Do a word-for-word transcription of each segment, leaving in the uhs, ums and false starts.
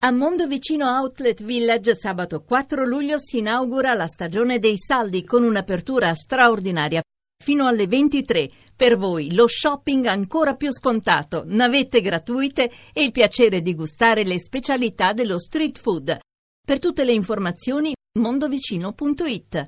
A Mondovicino Outlet Village sabato quattro luglio si inaugura la stagione dei saldi con un'apertura straordinaria fino alle ventitré. Per voi lo shopping ancora più scontato, navette gratuite e il piacere di gustare le specialità dello street food. Per tutte le informazioni mondovicino punto it.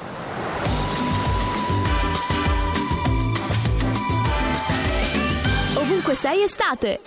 Ovunque sei estate.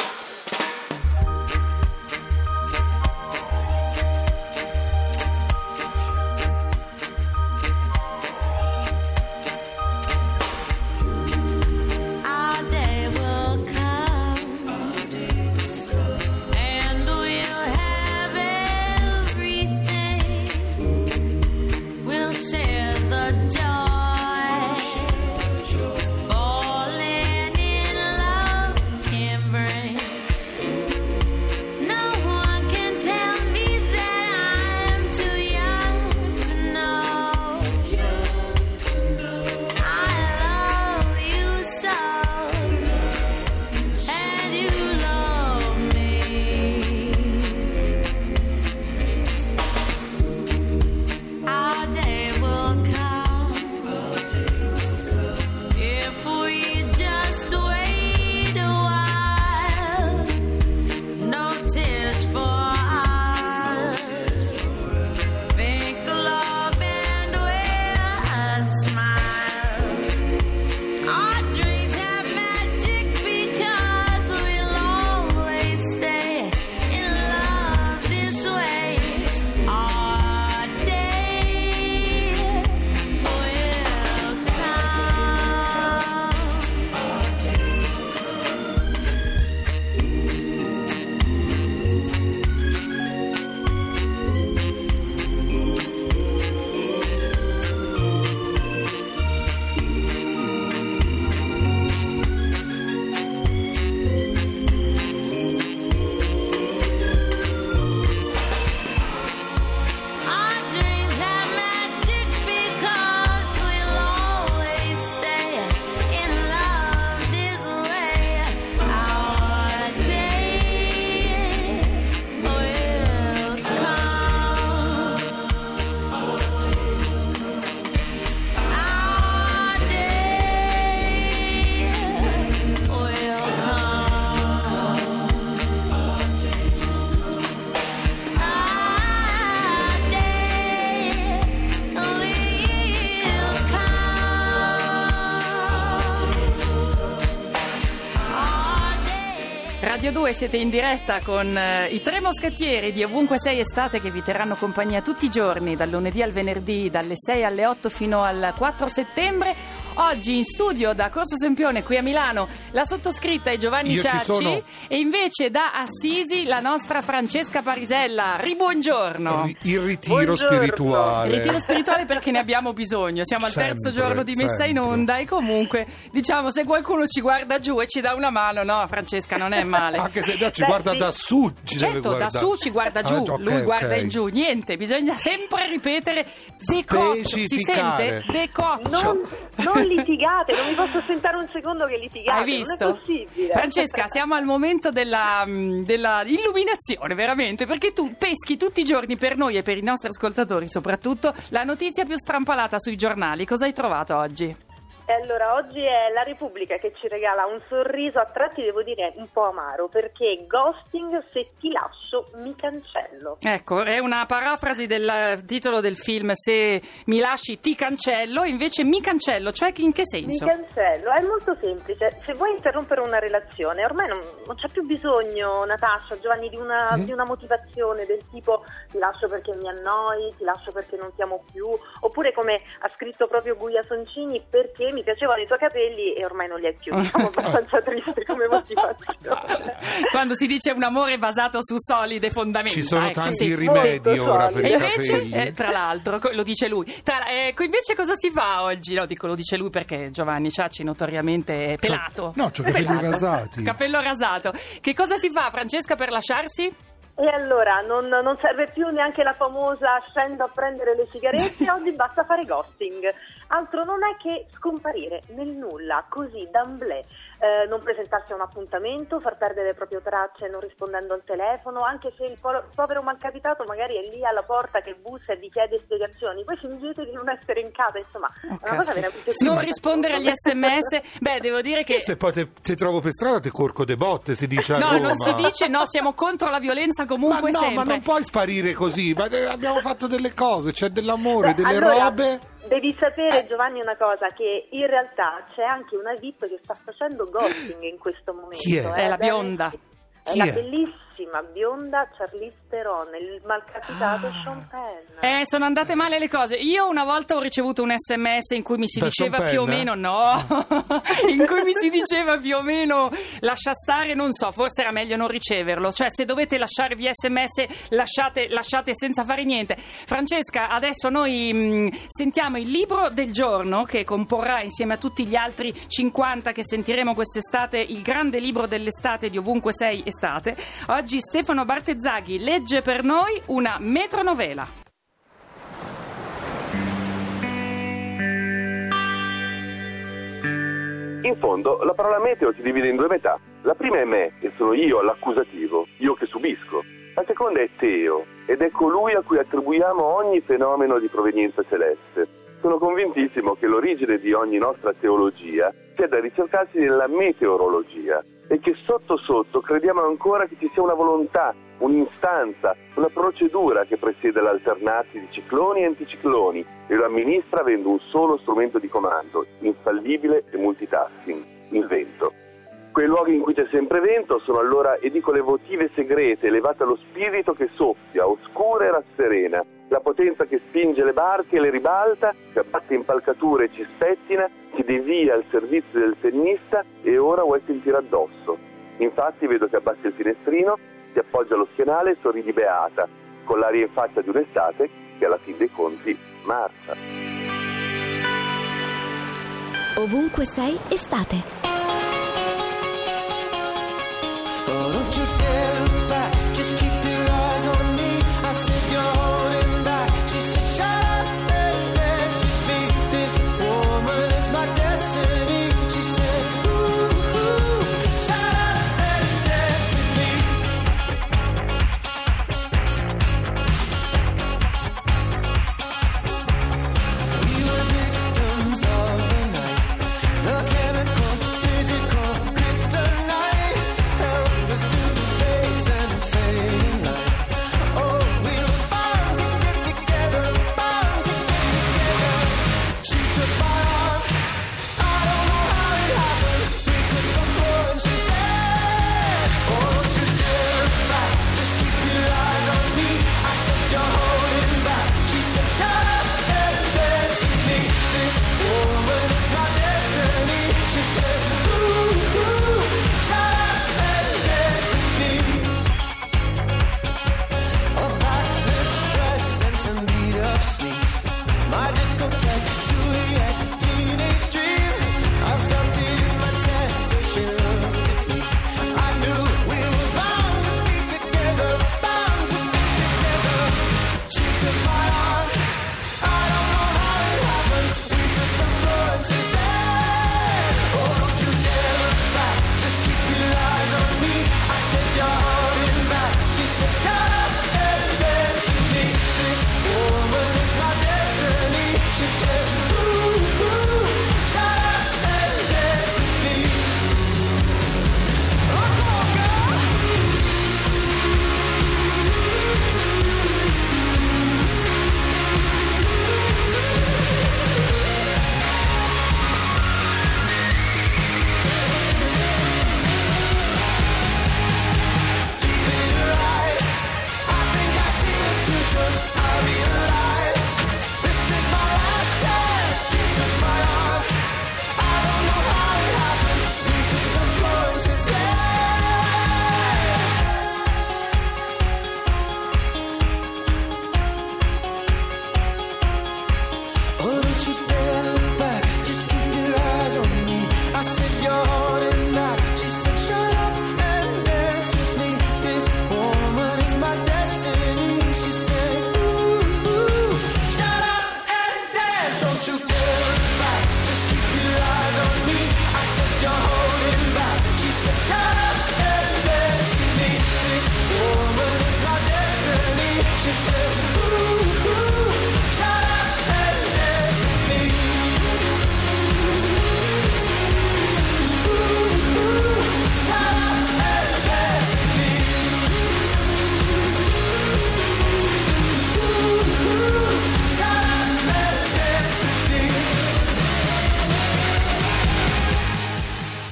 Radio due, siete in diretta con eh, i tre moschettieri di Ovunque sei estate che vi terranno compagnia tutti i giorni, dal lunedì al venerdì, dalle sei alle otto fino al quattro settembre. Oggi in studio da Corso Sempione qui a Milano la sottoscritta è Giovanni Io Ciacci e invece da Assisi la nostra Francesca Parisella. Ribuongiorno. Il ritiro Buongiorno. spirituale. Il ritiro spirituale perché ne abbiamo bisogno. Siamo al Sempre, terzo giorno di messa in sempre. onda e comunque diciamo se qualcuno ci guarda giù e ci dà una mano, no Francesca, non è male. Anche se no, ci Beh, guarda sì. da su, ci deve Certo, da guardare. su ci guarda giù, Ah, ok, lui guarda ok. in giù, niente, bisogna sempre ripetere decoccio, si Specificare. sente? Decoccio. Non, non litigate, non mi posso sentare un secondo che litigate. Hai visto? Non è possibile. Francesca, siamo al momento della, della illuminazione, veramente, perché tu peschi tutti i giorni per noi e per i nostri ascoltatori soprattutto la notizia più strampalata sui giornali. Cosa hai trovato oggi? E allora, oggi è la Repubblica che ci regala un sorriso, a tratti devo dire un po' amaro, perché ghosting, se ti lascio mi cancello. Ecco, è una parafrasi del titolo del film Se mi lasci ti cancello, invece mi cancello, cioè in che senso? Mi cancello, è molto semplice. Se vuoi interrompere una relazione, ormai non, non c'è più bisogno, Natascia, Giovanni, di una, Mm. di una motivazione del tipo ti lascio perché mi annoi, ti lascio perché non ti amo più, oppure come ha scritto proprio Guia Soncini, perché mi piacevano i tuoi capelli e ormai non li hai più. Diciamo abbastanza triste come motivazione. Quando si dice un amore basato su solide fondamenta. Ci sono ecco, tanti sì. rimedi molto ora per solidi. E i invece, capelli. eh, tra l'altro, co- lo dice lui. Tra, ecco, invece cosa si fa oggi? No, dico, lo dice lui perché Giovanni Ciacci notoriamente è pelato. no, c'ho È capelli pelato. rasati. Capello rasato. Che cosa si fa, Francesca, per lasciarsi? E allora non, non serve più neanche la famosa scendo a prendere le sigarette, oggi basta fare ghosting. Altro non è che scomparire nel nulla, così d'amblè. eh, non presentarsi a un appuntamento, far perdere le proprie tracce non rispondendo al telefono, anche se il po- povero malcapitato magari è lì alla porta che bussa e vi chiede spiegazioni, poi fingete di non essere in casa, insomma, oh, è una cosa veramente... Sì, non rispondere agli sms, beh, devo dire che... Se poi ti trovo per strada ti corco de botte, si dice a No, Roma. non si dice, no, siamo contro la violenza comunque ma no, sempre. ma non puoi sparire così, ma abbiamo fatto delle cose, c'è dell'amore, Beh, delle allora, robe. Devi sapere, Giovanni, una cosa, che in realtà c'è anche una V I P che sta facendo ghosting in questo momento. Chi è? È la bionda. È Chi la è? bellissima bionda Charlize Theron, il malcapitato Ah. Sean Penn. Eh, sono andate male le cose. Io una volta ho ricevuto un sms in cui mi si Da diceva Sean più o Penn? meno no, in cui mi si diceva più o meno lascia stare, non so, forse era meglio non riceverlo. Cioè, se dovete lasciare via sms, lasciate, lasciate senza fare niente. Francesca, adesso noi mh, sentiamo il libro del giorno che comporrà insieme a tutti gli altri cinquanta che sentiremo quest'estate il grande libro dell'estate di Ovunque Sei Estate. Oggi Stefano Bartezzaghi legge per noi una metronovela. In fondo, la parola meteo si divide in due metà. La prima è me, e sono io l'accusativo, io che subisco. La seconda è Teo, ed è colui a cui attribuiamo ogni fenomeno di provenienza celeste. Sono convintissimo che l'origine di ogni nostra teologia sia da ricercarsi nella meteorologia e che sotto sotto crediamo ancora che ci sia una volontà, un'istanza, una procedura che presiede l'alternarsi di cicloni e anticicloni e lo amministra avendo un solo strumento di comando, infallibile e multitasking, il vento. Quei luoghi in cui c'è sempre vento sono allora edicole votive segrete elevate allo spirito che soffia, oscura e rasserena, la potenza che spinge le barche e le ribalta, che abbatte impalcature e ci spettina, si devia al servizio del tennista e ora vuoi sentire addosso. Infatti vedo che abbassi il finestrino, si appoggia allo schienale e sorridi beata, con l'aria in faccia di un'estate che alla fin dei conti marcia. Ovunque sei estate. Oh, don't you dare look back, just keep your eyes on me. I said you're holding back. She said shut up and dance with me. This woman is my destiny. She said ooh, ooh, shut up and dance with me. We were victims of the night, the chemical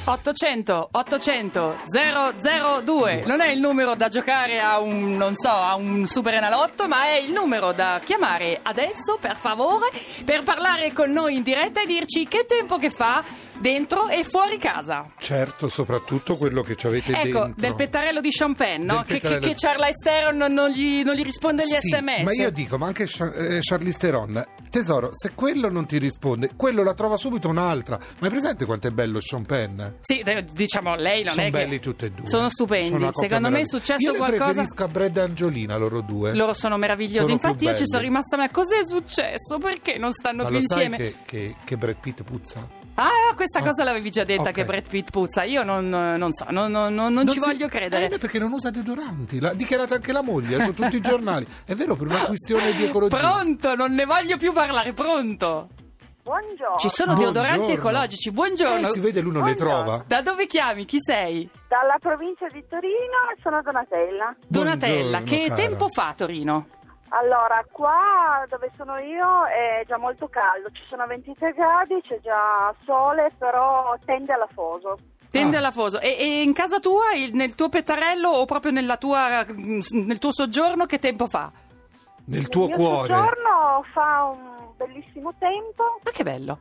ottocento ottocento zero zero due non è il numero da giocare a un, non so, a un super enalotto, ma è il numero da chiamare adesso, per favore, per parlare con noi in diretta e dirci che tempo che fa dentro e fuori casa. Certo, soprattutto quello che ci avete ecco, dentro. del pettarello di Champagne, no? Che, che, pettarello... che Charlize Theron non, non, gli, non gli risponde agli sì, sms. Ma io dico, ma anche Char- eh, Charlize Theron, tesoro, se quello non ti risponde, quello la trova subito un'altra. Ma hai presente quanto è bello Champagne? Sì, diciamo, lei non sono è belli che... tutti e due. Sono stupendi. Sono Secondo me è successo io qualcosa. Io preferisco a Brad e Angelina, loro due. Loro sono meravigliosi. Sono Infatti io belli. ci sono rimasta ma cos'è successo? Perché non stanno ma più lo insieme? sai che, che, che Brad Pitt puzza? Ah, questa cosa Oh. l'avevi già detta, Okay. che Brad Pitt puzza. Io non, non so, non, non, non, non ci si- voglio credere. Eh, perché non usa deodoranti, l'ha dichiarata anche la moglie su tutti i giornali. È vero, per una questione di ecologia. Pronto, non ne voglio più parlare, pronto. Buongiorno. Ci sono Buongiorno. deodoranti ecologici, buongiorno. Eh, si vede l'uno le trova. Da dove chiami? Chi sei? Dalla provincia di Torino sono Donatella. Donatella, Buongiorno, che cara. tempo fa a Torino? Allora, qua dove sono io è già molto caldo, ci sono ventitré gradi, c'è già sole, però tende all'afoso. Tende Ah. all'afoso. E, e in casa tua, il- nel tuo pettarello o proprio nella tua, nel tuo soggiorno, che tempo fa? Nel tuo Il mio cuore. soggiorno fa un bellissimo tempo. Ma che bello.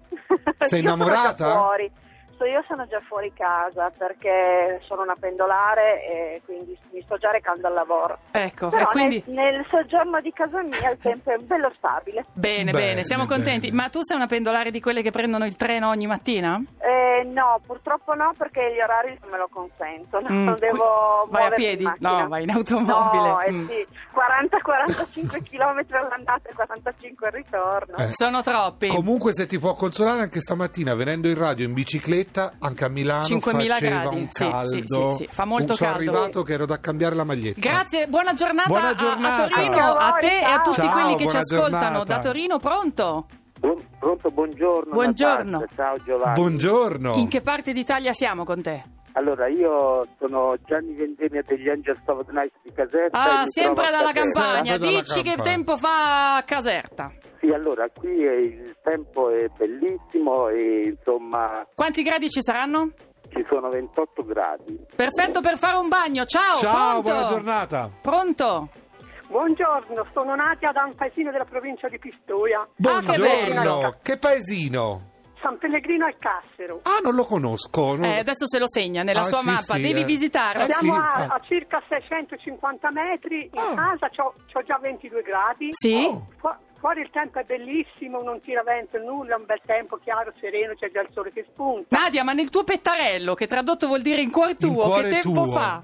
Sei Io sono innamorata? già fuori. So, io sono già fuori casa perché sono una pendolare e quindi mi sto già recando al lavoro. Ecco, Però e quindi... nel, nel soggiorno di casa mia il tempo è bello stabile. Bene, Bene, bene, siamo contenti. bene. Ma tu sei una pendolare di quelle che prendono il treno ogni mattina? Eh, no, purtroppo no, perché gli orari non me lo consentono. Mm, Non qui- devo vai a muovermi piedi? in macchina. No, vai in automobile. No, eh Mm. sì, quaranta quarantacinque chilometri all'andata e quarantacinque al ritorno. Eh. Sono troppi. Comunque, se ti può consolare, anche stamattina venendo in radio in bicicletta, anche a Milano cinquemila faceva gradi. un Sì, caldo. sì, sì, sì, fa molto sono caldo. arrivato che ero da cambiare la maglietta. Grazie, buona giornata, Buona a- giornata. A, Torino, Anche a a voi, te e a ciao. tutti Ciao, quelli che ci buona ascoltano giornata. da Torino. Pronto? Buon- pronto, buongiorno. Buongiorno. Natascia, ciao Giovanni. Buongiorno. In che parte d'Italia siamo con te? Allora, io sono Gianni Vendemia degli Angels of the Night di Caserta. e Ah, mi sempre trovo a dalla Caserta. campagna. Sempre dalla Dici che campagna. tempo fa a Caserta? Sì, allora, qui è- il tempo è bellissimo e insomma Quanti gradi ci saranno? ci sono ventotto gradi. Perfetto per fare un bagno. Ciao, Ciao, pronto? buona giornata. Pronto? Buongiorno, sono Nadia da un paesino della provincia di Pistoia, Ah, che bello. Buongiorno. Che paesino? San Pellegrino al Cassero. Ah, non lo conosco. non- Eh, adesso se lo segna nella Ah, sua sì, mappa. sì, Devi eh. visitarlo. Eh, Siamo sì, a, infatti. a circa seicentocinquanta metri, in Ah. casa c'ho, c'ho già ventidue gradi. Sì? Oh. Fu- fuori il tempo è bellissimo, non tira vento nulla, è un bel tempo chiaro, sereno, c'è già il sole che spunta. Nadia, ma nel tuo pettarello, che tradotto vuol dire in cuor tuo, cuore che tempo tuo. fa?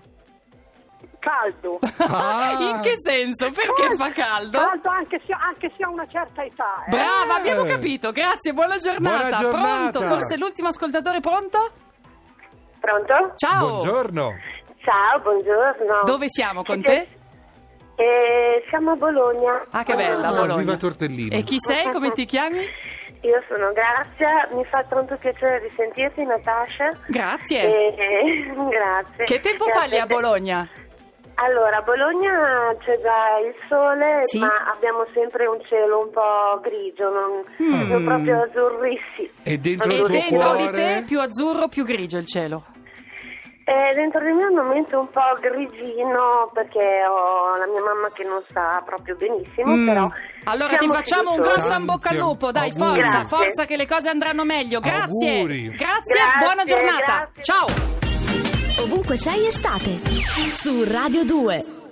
Caldo. Ah. In che senso? Perché fa caldo? Caldo anche se, anche se a una certa età. Eh. Brava, Eh. abbiamo capito. Grazie, buona giornata. Buona giornata. Pronto? Forse l'ultimo ascoltatore pronto? Pronto? Ciao. Buongiorno. Ciao, buongiorno. Dove siamo con Siete- te? Eh, siamo a Bologna. Ah, che bella, Ah, Bologna. viva Tortellini. E chi sei? Come ti chiami? Io sono Grazia, mi fa tanto piacere di sentirti, Natascia. Grazie. Eh, grazie. Che tempo fa lì a Bologna? Allora, a Bologna c'è già il sole, Sì. ma abbiamo sempre un cielo un po' grigio, non, Mm. non proprio azzurrissimo. E dentro E il tuo dentro di cuore? te più azzurro, più grigio il cielo. Eh, dentro di me al momento un po' grigino perché ho la mia mamma che non sta proprio benissimo, Mm. però Allora ti siamo facciamo un fiduciosi. grosso in bocca al lupo, dai, Auguri. forza, Grazie. forza che le cose andranno meglio. Grazie. Auguri. Grazie, Grazie, buona giornata. grazie. Ciao. Ovunque sei estate. Su Radio due.